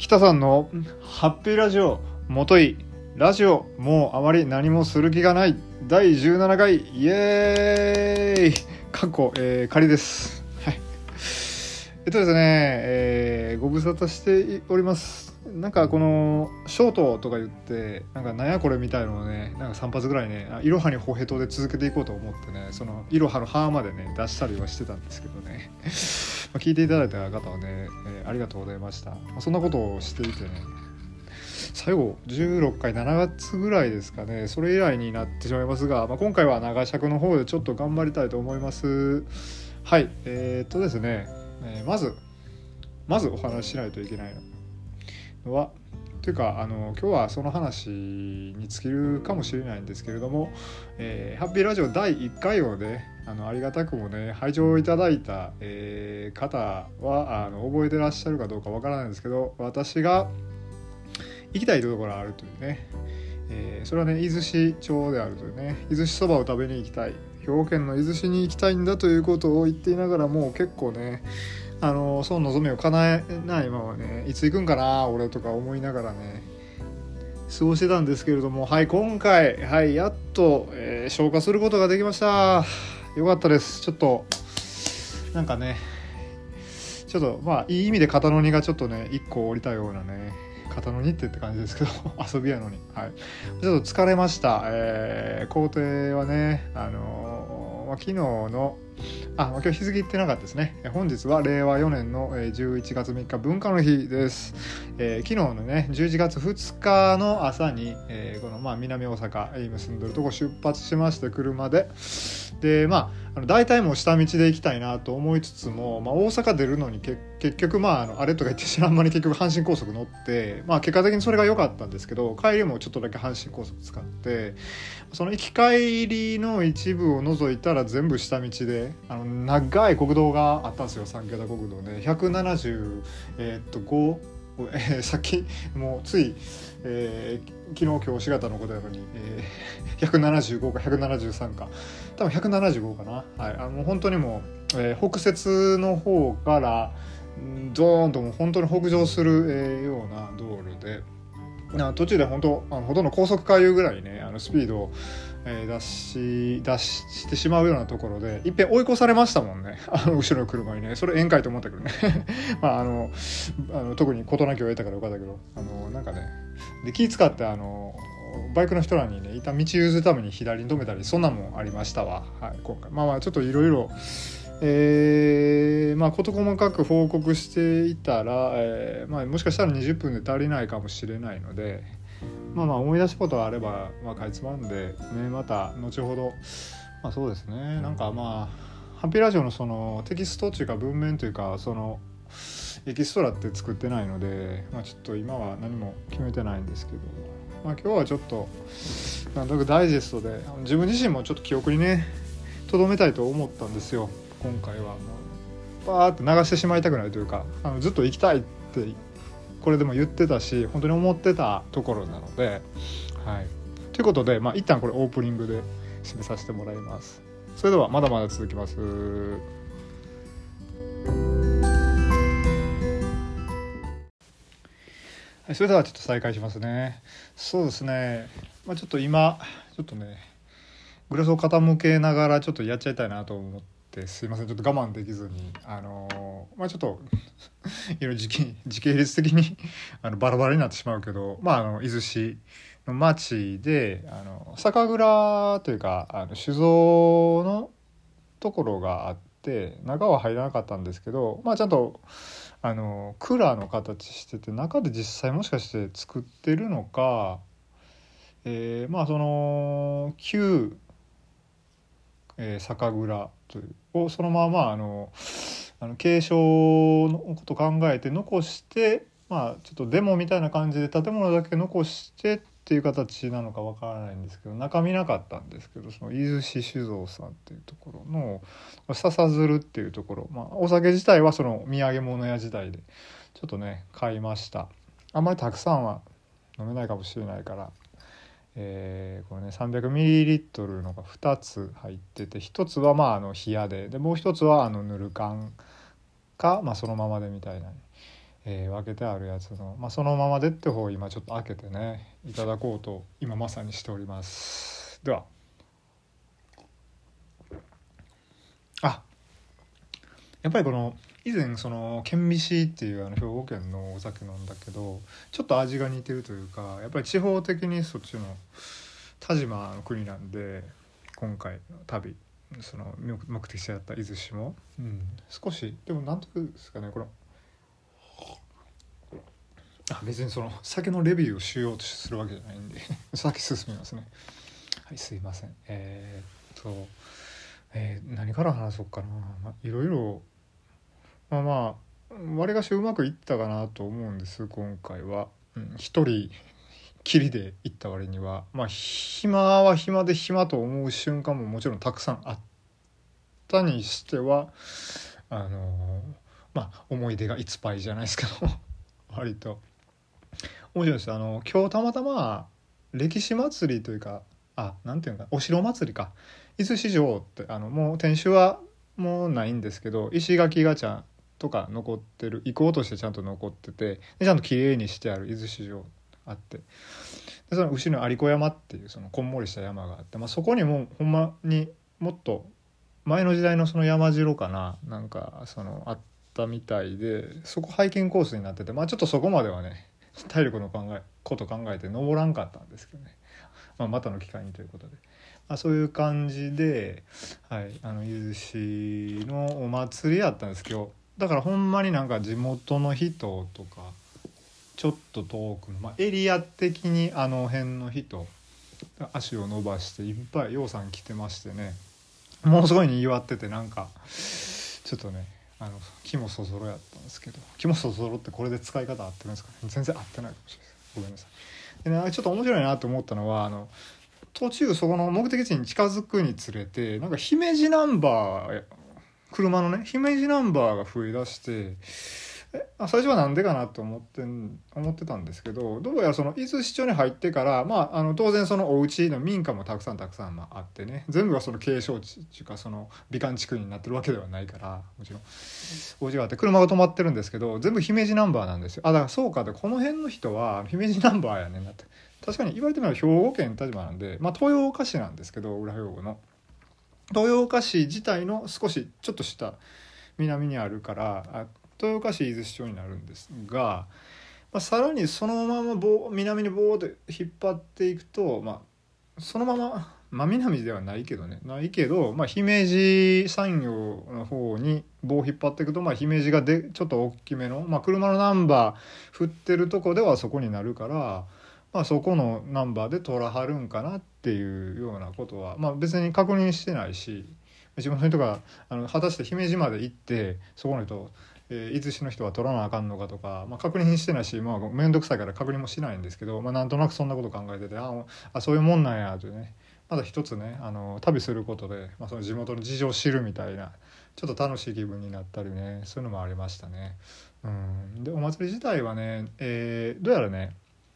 北さんのハッピーラジオもといラジオもうあまり何もする気がない第17回イエーイかっこ、仮です。はいですね、ご無沙汰しております。なんかこのショートとか言ってなんやこれみたいのをねなんか3発ぐらいねいろはにほへとで続けていこうと思ってねそのいろはのはまでね出したりはしてたんですけどね聞いていただいた方はね、ありがとうございました。そんなことをしていてね最後16回7月ぐらいですかねそれ以来になってしまいますが、今回は長尺の方でちょっと頑張りたいと思います。はいですね、まずお話ししないといけないのはというか今日はその話に尽きるかもしれないんですけれども、ハッピーラジオ第1回をねありがたくもね拝聴いただいた、方は覚えてらっしゃるかどうかわからないんですけど私が行きたいところがあるというね、それはね伊豆市町であるというね伊豆市そばを食べに行きたい兵庫県の伊豆市に行きたいんだということを言っていながらも結構ねその望みを叶えないままねいつ行くんかな俺とか思いながらね過ごしてたんですけれども今回やっと、消化することができました。よかったです。ちょっとなんかねちょっといい意味で肩の荷がちょっとね1個降りたようなね肩の荷って感じですけど遊びやのにちょっと疲れました。工程はね昨日の今日日付言ってなかったですね。本日は令和4年の11月3日文化の日です。昨日のね11月2日の朝に、この南大阪今住んでるとこ出発しまして車で大体もう下道で行きたいなと思いつつも、大阪出るのに結局あれとか言って知らん間に結局阪神高速乗って結果的にそれが良かったんですけど帰りもちょっとだけ阪神高速使ってその行き帰りの一部を除いたら全部下道で長い国道があったんですよ。三桁国道で175さっきもうつい、昨日今日4月のことやのに、175か173か多分175かな。もう本当にもう、北摂の方からドーンともう本当に北上する、ような道路で途中でほとんど高速回遊ぐらいねスピードを、出してしまうようなところでいっぺん追い越されましたもんね後ろの車にね。それ宴会と思ったけどね特に事なきを得たからよかったけどなんかねで気使ってバイクの人らにね一旦道譲るために左に止めたりそんなんもありましたわ。今回ちょっといろいろ事細かく報告していたら、もしかしたら20分で足りないかもしれないので思い出すことがあれば、かいつまんで、ね、また後ほどそうですねハッピーラジオのそのテキストというか文面というかそのエキストラって作ってないので、ちょっと今は何も決めてないんですけど、今日はちょっとなんとなくダイジェストで自分自身もちょっと記憶にね留めたいと思ったんですよ。今回はバーって流してしまいたくないというかずっと行きたいってこれでも言ってたし本当に思ってたところなのでということで一旦これオープニングで締めさせてもらいます。それではまだまだ続きます。それではちょっと再開しますね。そうですねちょっと今ちょっとねグラスを傾けながらちょっとやっちゃいたいなと思ってすいませんちょっと我慢できずにちょっといろいろ時系列的にバラバラになってしまうけど伊豆市の町で酒蔵というか酒造のところがあって中は入らなかったんですけどちゃんとクーラーの形してて中で実際もしかして作ってるのか、その旧酒蔵というをそのまま継承のことを考えて残してちょっとデモみたいな感じで建物だけ残してっていう形なのかわからないんですけど中見なかったんですけどその伊豆市酒造さんっていうところの笹鶴っていうところ、お酒自体はその土産物屋時代でちょっとね買いました。あんまりたくさんは飲めないかもしれないからこれね 300ml のが2つ入ってて1つは冷やでもう1つはぬる缶か、そのままでみたいな分けてあるやつの、そのままでって方を今ちょっと開けてねいただこうと今まさにしております。では、やっぱりこの以前その県美市っていう兵庫県のお酒飲んだけどちょっと味が似てるというか、やっぱり地方的にそっちの田島の国なんで、今回の旅その目的地だった伊豆市も、少しでもなんというですかね、この別にその酒のレビューをしようとするわけじゃないんで先進みますね。はい、すいません。何から話そうかな。いろいろわりかしうまくいったかなと思うんです今回は。一人きりで行った割には暇は暇で暇と思う瞬間ももちろんたくさんあったにしては思い出がいっぱいじゃないですけど割と面白いです。今日たまたま歴史祭りというかなんていうのかお城祭りか、伊豆市場ってもう天守はもうないんですけど石垣がとか残ってる遺構としてちゃんと残ってて、でちゃんときれいにしてある伊豆市場あって、でその後ろに有子山っていうそのこんもりした山があって、そこにもほんまにもっと前の時代のその山城かな、なんかそのあったみたいで、そこハイキングコースになってて、ちょっとそこまではね体力のこと考えて登らんかったんですけどね、またの機会にということで、そういう感じで、伊豆市のお祭りやったんですけど、だからほんまになんか地元の人とかちょっと遠くの、エリア的にあの辺の人足を伸ばしていっぱいようさん来てましてね、もうすごいに祝ってて、なんかちょっとね気もそぞろやったんですけど、気もそぞろってこれで使い方合ってるんですかね、全然合ってないかもしれないです、ごめんなさい。でね、ちょっと面白いなと思ったのは途中そこの目的地に近づくにつれてなんか姫路ナンバー車のね姫路ナンバーが増えだして、最初はなんでかなと思ってたんですけど、どうやらその伊豆市町に入ってから当然そのお家の民家もたくさんあってね、全部がその景勝地っていうかその美観地区になってるわけではないから、もちろんお家があって車が止まってるんですけど全部姫路ナンバーなんですよ。だからそうか、でこの辺の人は姫路ナンバーやねんなって。確かに言われてみれば兵庫県田島なんで、豊岡市なんですけど、裏兵庫の豊岡市自体の少しちょっとした南にあるから豊岡市伊豆市町になるんですが、さらにそのまま南にボーって引っ張っていくと、そのまま南ではないけど、姫路産業の方に棒を引っ張っていくと、姫路がちょっと大きめの、車のナンバー振ってるとこではそこになるから、そこのナンバーで取らはるんかなっていうようなことは、別に確認してないし、自分の人が果たして姫路まで行ってそこの人伊豆市の人は取らなあかんのかとか、確認してないし、面倒くさいから確認もしないんですけど、なんとなくそんなこと考えてて、そういうもんなんやとね、まだ一つね旅することで、その地元の事情を知るみたいなちょっと楽しい気分になったりね、そういうのもありましたね。でお祭り自体はね、どうやらね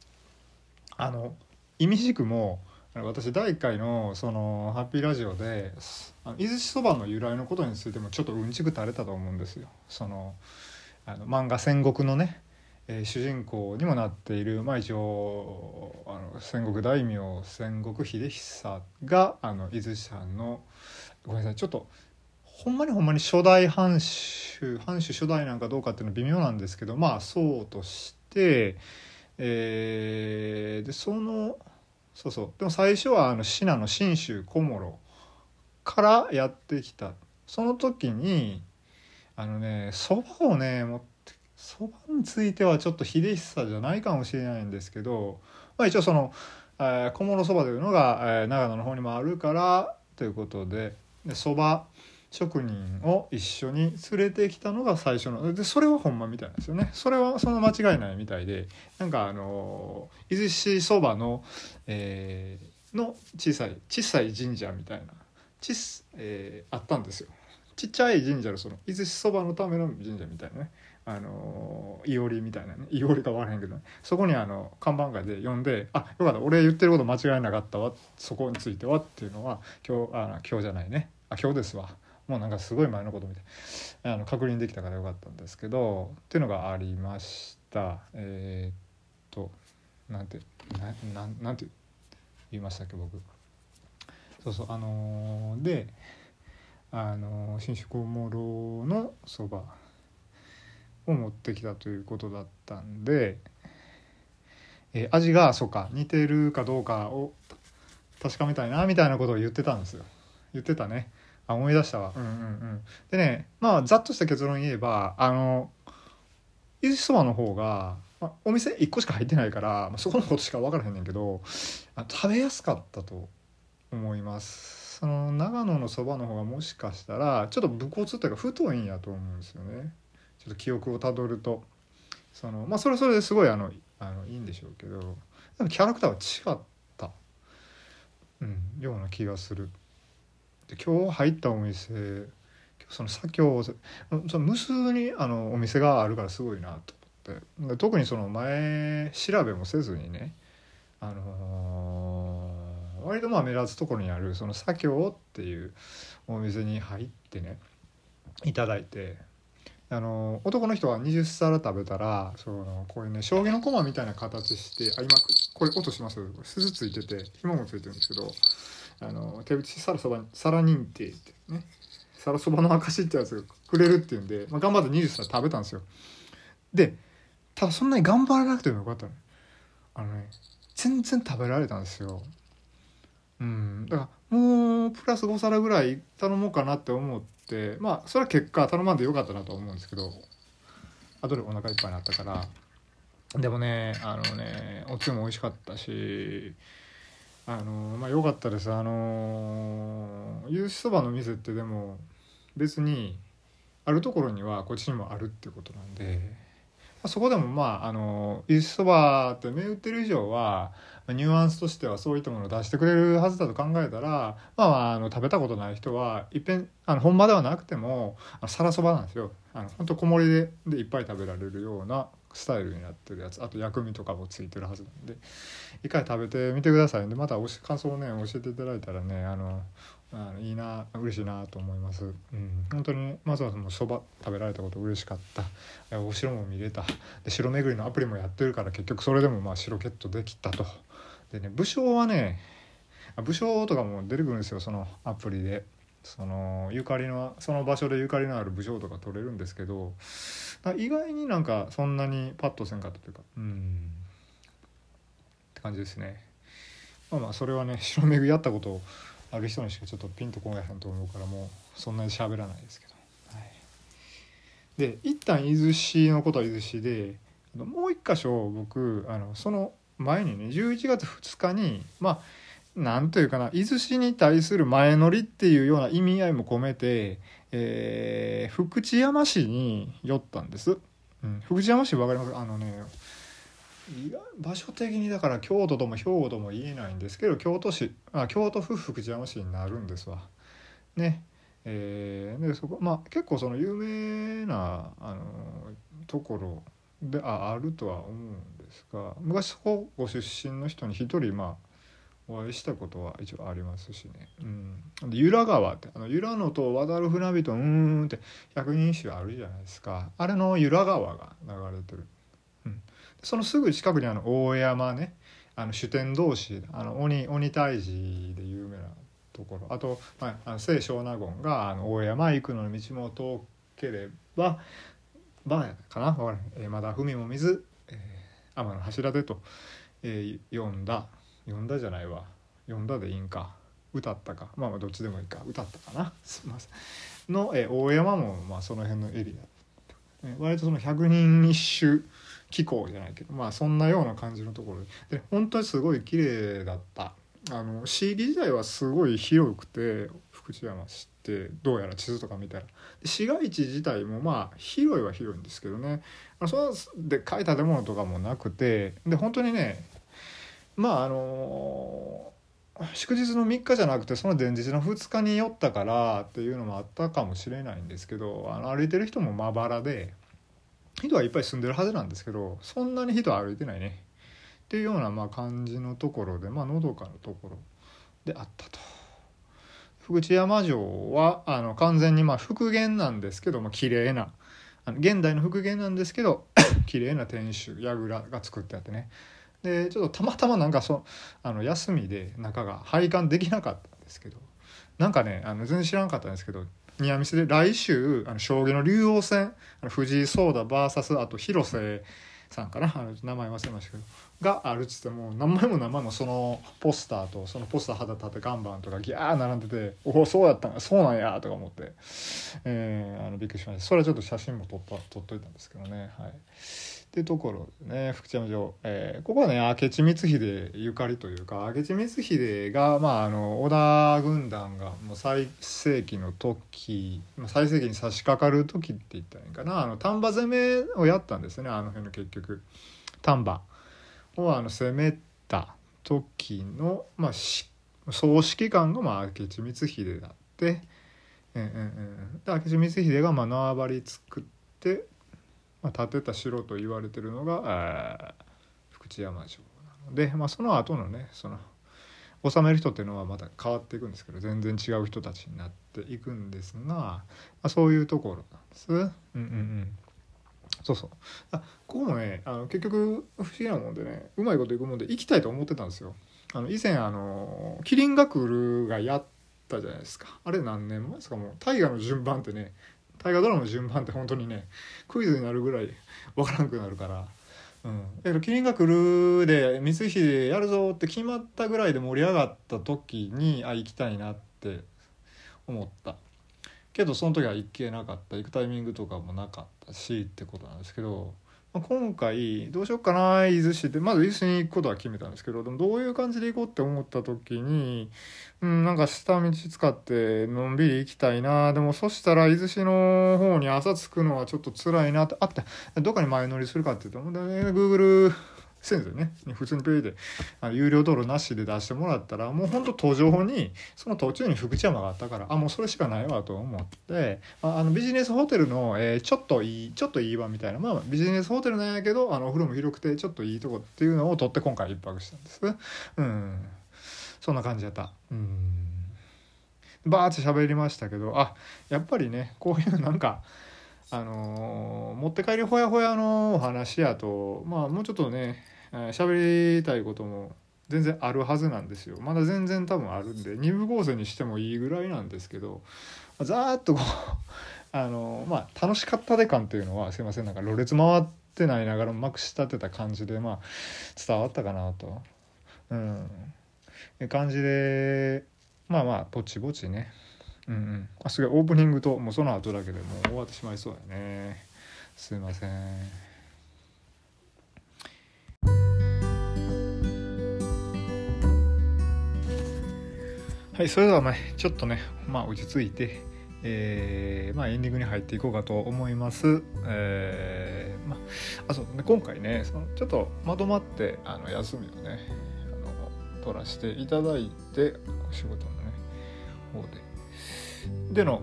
いみじくも私第1回のそのハッピーラジオで伊豆そばの由来のことについてもちょっとうんちく垂れたと思うんですよ。その漫画戦国のね、主人公にもなっている、一応戦国大名戦国秀久が伊豆山のごめんなさい、ちょっとほんまに初代藩主初代なんかどうかっていうのは微妙なんですけど、そうとして、ででも最初は信濃信州小諸からやってきた。その時にそばをね持ってそばについてはちょっと秀久じゃないかもしれないんですけど、一応その小諸そばというのが長野の方にもあるからということでそば職人を一緒に連れてきたのが最初ので、それはほんまみたいなんですよね。それはその間違いないみたいで、なんか伊豆市そばの、の小さい神社みたいなあったんですよ。ちっちゃい神社のその伊豆市そばのための神社みたいなね、いおりみたいなね、いおりか分からへんけどね、そこに看板がで読んで、よかった俺言ってること間違いなかったわそこについてはっていうのは今日じゃないね今日ですわもうなんかすごい前のことみたい確認できたからよかったんですけどっていうのがありました。なんて言いましたっけ僕。そうそうで信州小諸のそばを持ってきたということだったんで、味がそうか似てるかどうかを確かめたいなみたいなことを言ってたんですよ。言ってたね。思い出したわ。でね、まあざっとした結論言えばゆずそばの方が、お店1個しか入ってないから、そこのことしか分からへんねんけど食べやすかったと思います。その長野のそばの方がもしかしたらちょっと武骨というか太いんやと思うんですよね。ちょっと記憶をたどるとそれはそれですごいいいんでしょうけど、でもキャラクターは違った、ような気がする。で今日入ったお店その左京その無数にお店があるからすごいなと思って、で特にその前調べもせずにね、割と目立つところにあるその左京っていうお店に入ってねいただいて、男の人は20皿食べたらこういうね将棋の駒みたいな形して今これ音しますよ。鈴ついてて紐もついてるんですけど手打ち皿認定ってね、皿そばの証ってやつがくれるっていうんで、頑張って20皿食べたんですよ。でただそんなに頑張らなくてもよかったの。全然食べられたんですよ。だからもうプラス5皿ぐらい頼もうかなって思って、それは結果頼まんでよかったなと思うんですけど、後でお腹いっぱいになったから。でもねおつゆも美味しかったし良かったです。ゆうしそばの店ってでも別にあるところにはこっちにもあるっていうことなんで、そこでもゆうしそばって銘打ってる以上はニュアンスとしてはそういったものを出してくれるはずだと考えたら、食べたことない人はいっぺん本場ではなくても皿そばなんですよ。本当小盛りでいっぱい食べられるようなスタイルになってるやつ、あと薬味とかもついてるはずなんで一回食べてみてください。でまた感想をね教えていただいたらねいいな嬉しいなと思います。本当にまずはそば食べられたこと嬉しかった。お城も見れた。で城巡りのアプリもやってるから結局それでも城ゲットできたと。でね武将はね武将とかも出てくるんですよ、そのアプリで。ゆかりのその場所でゆかりのある武将とか取れるんですけど、意外になんかそんなにパッとせんかったというかって感じですね。それはね城巡りやったことある人にしかちょっとピンとこないへんと思うからもうそんなに喋らないですけど、で一旦伊豆市のことは伊豆市で、もう一箇所僕その前にね11月2日になんというかな、伊豆市に対する前乗りっていうような意味合いも込めて、福知山市に寄ったんです。福知山市分かります？場所的にだから京都とも兵庫とも言えないんですけど京都府福知山市になるんですわ。ね。でそこ結構その有名なところであるとは思うんですが、昔そこご出身の人に一人お会いしたことは一応ありますしね。で由良川って由良野と渡る船人って百人一首あるじゃないですか。あれの由良川が流れてる。そのすぐ近くに大江山ね、主天同士鬼退治で有名なところ、あと、清少納言が大江山行くの道も遠ければかな分からへん、まだ文も見ず、天の柱でと、読んだじゃないわ、読んだでいいんか歌ったかどっちでもいいか歌ったかな、すいませんの、大江山もその辺のエリア、割とその百人一首気候じゃないけどそんなような感じのところで本当にすごい綺麗だった。市自体はすごい広くて福知山市ってどうやら地図とか見たら市街地自体も広いは広いんですけどね、そうでかい建物とかもなくて、で本当にね祝日の3日じゃなくてその前日の2日に寄ったからっていうのもあったかもしれないんですけど、歩いてる人もまばらで人はいっぱい住んでるはずなんですけどそんなに人は歩いてないねっていうような感じのところでのどかなところであったと。 福知山城は完全に復元なんですけど、綺麗な現代の復元なんですけど綺麗な天守櫓が作ってあってね、でちょっとたまたまなんか休みで中が拝観できなかったんですけど、なんかね全然知らなかったんですけど、ニアミスで来週将棋の竜王戦藤井聡太 VS あと広瀬さんかな、名前忘れましたけどがあるっつって、もう何枚も何枚もそのポスターとそのポスター肌立て看板とかギャー並んでて、おおそうやったんやそうなんやとか思って、びっくりしました。それはちょっと写真も撮っといたんですけどね。はいっていうところでね、福知山城、ここはね明智光秀ゆかりというか、明智光秀が、織田軍団がもう最盛期の時、最盛期に差し掛かる時って言ったらいいかな、丹波攻めをやったんですね。辺の結局丹波を攻めた時の、総指揮官が明智光秀だって、で明智光秀が縄張り作って建てた城と言われてるのが福知山城なので、その後のね治める人っていうのはまた変わっていくんですけど、全然違う人たちになっていくんですが、そういうところなんです。そうここもね結局不思議なもんでね、うまいこといくもんで行きたいと思ってたんですよ。以前キリンが来るがやったじゃないですか。あれ何年前ですか。もう大河の順番ってね、大河ドラマの順番って本当にねクイズになるぐらいわからなくなるから、キリンが来るで光秀やるぞって決まったぐらいで盛り上がった時に行きたいなって思ったけど、その時は行けなかった、行くタイミングとかもなかったしってことなんですけど、今回どうしようかな、伊豆市でまず伊豆市に行くことは決めたんですけど、でもどういう感じで行こうって思った時に、なんか下道使ってのんびり行きたいな、でもそしたら伊豆市の方に朝着くのはちょっと辛いなってどっかに前乗りするかっていうと、Google先生ね普通にペイで有料道路なしで出してもらったら、もうほんと途上にその途中に福知山があったから、もうそれしかないわと思って、ビジネスホテルの、ちょっといいわみたいな、ビジネスホテルなんやけどお風呂も広くてちょっといいとこっていうのを取って今回一泊したんです。そんな感じだった。バーって喋りましたけど、やっぱりねこういうなんか持って帰りほやほやのお話やと、もうちょっとね喋りたいことも全然あるはずなんですよ。まだ全然多分あるんで2部構成にしてもいいぐらいなんですけど、ざーっとこう楽しかったで感っていうのはすいません、なんかろれつ回ってないながらまくし立てた感じで伝わったかなと感じで、ぼちぼちねすごいオープニングともうその後だけでもう終わってしまいそうやね。すいません。はい、それではちょっとね落ち着いて、エンディングに入っていこうかと思います。そうね、今回ねちょっとまとまって休みをね取らせていただいて、お仕事のね方での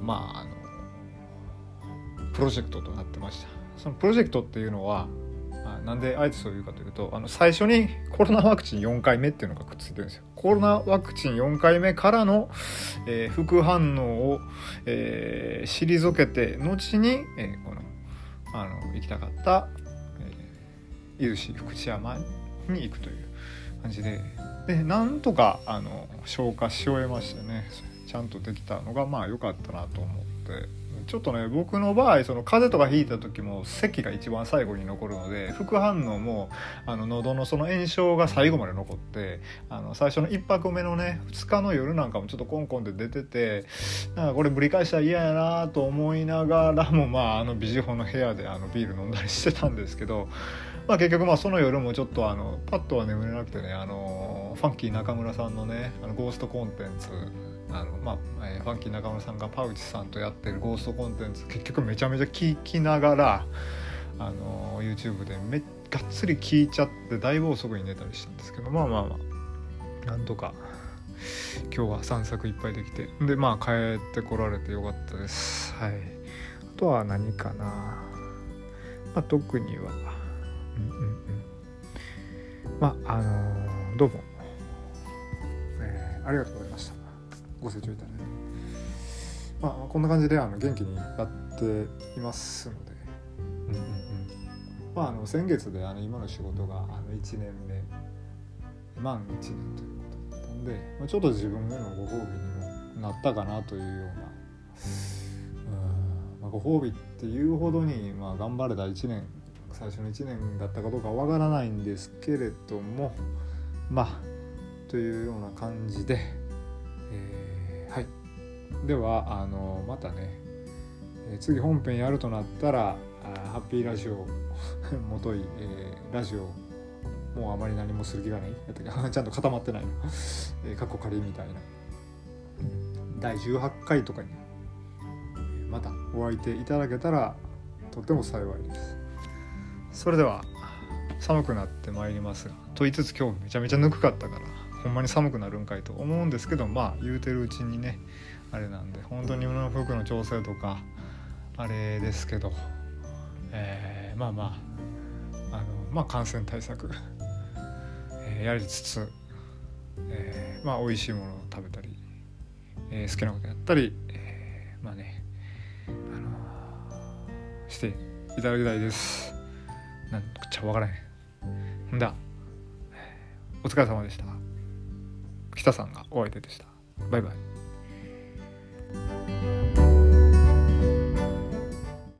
プロジェクトとなってました。そのプロジェクトっていうのはなんであえてそういうかというと、最初にコロナワクチン4回目っていうのがくっついてるんですよ。コロナワクチン4回目からの、副反応を、退けて後に、行きたかった、伊豆市福知山に行くという感じで、なんとか消化し終えましたね。ちゃんとできたのが良かったなと思って、ちょっとね僕の場合風邪とかひいた時も咳が一番最後に残るので、副反応も喉のその炎症が最後まで残って、最初の1泊目のね2日の夜なんかもちょっとコンコンで出てて、なんかこれぶり返したら嫌やなと思いながらもビジホの部屋でビール飲んだりしてたんですけど、結局その夜もちょっとパッとは眠れなくてね、ファンキー中村さんのねゴーストコンテンツファンキー中村さんがパウチさんとやってるゴーストコンテンツ結局めちゃめちゃ聞きながらYouTube でがっつり聞いちゃって大暴走に寝たりしたんですけど、なんとか今日は散策いっぱいできて、で帰ってこられてよかったです。はい。あとは何かな、特にはどうも、ありがとうございました。ご清聴いただいて。 こんな感じで元気にやっていますので、先月で今の仕事が1年目満1年ということだったんで、ちょっと自分へのご褒美にもなったかなというような、ご褒美っていうほどに、頑張れた1年最初の1年だったかどうかわからないんですけれども、というような感じで、はい。ではまたね、次本編やるとなったらハッピーラジオもとい、ラジオもうあまり何もする気がないちゃんと固まってないのカッコ仮みたいな第18回とかにまたお相手いただけたらとっても幸いです。それでは寒くなってまいりますが、と言いつつ今日めちゃめちゃぬくかったからほんまに寒くなるんかいと思うんですけど、言うてるうちにねあれなんで、本当に服の調整とかあれですけど、感染対策、やりつつ、美味しいものを食べたり、好きなことやったり、していただきたいです。なんかちゃわからへん。んだ、お疲れ様でした。北さんがお相手でした。バイバイ。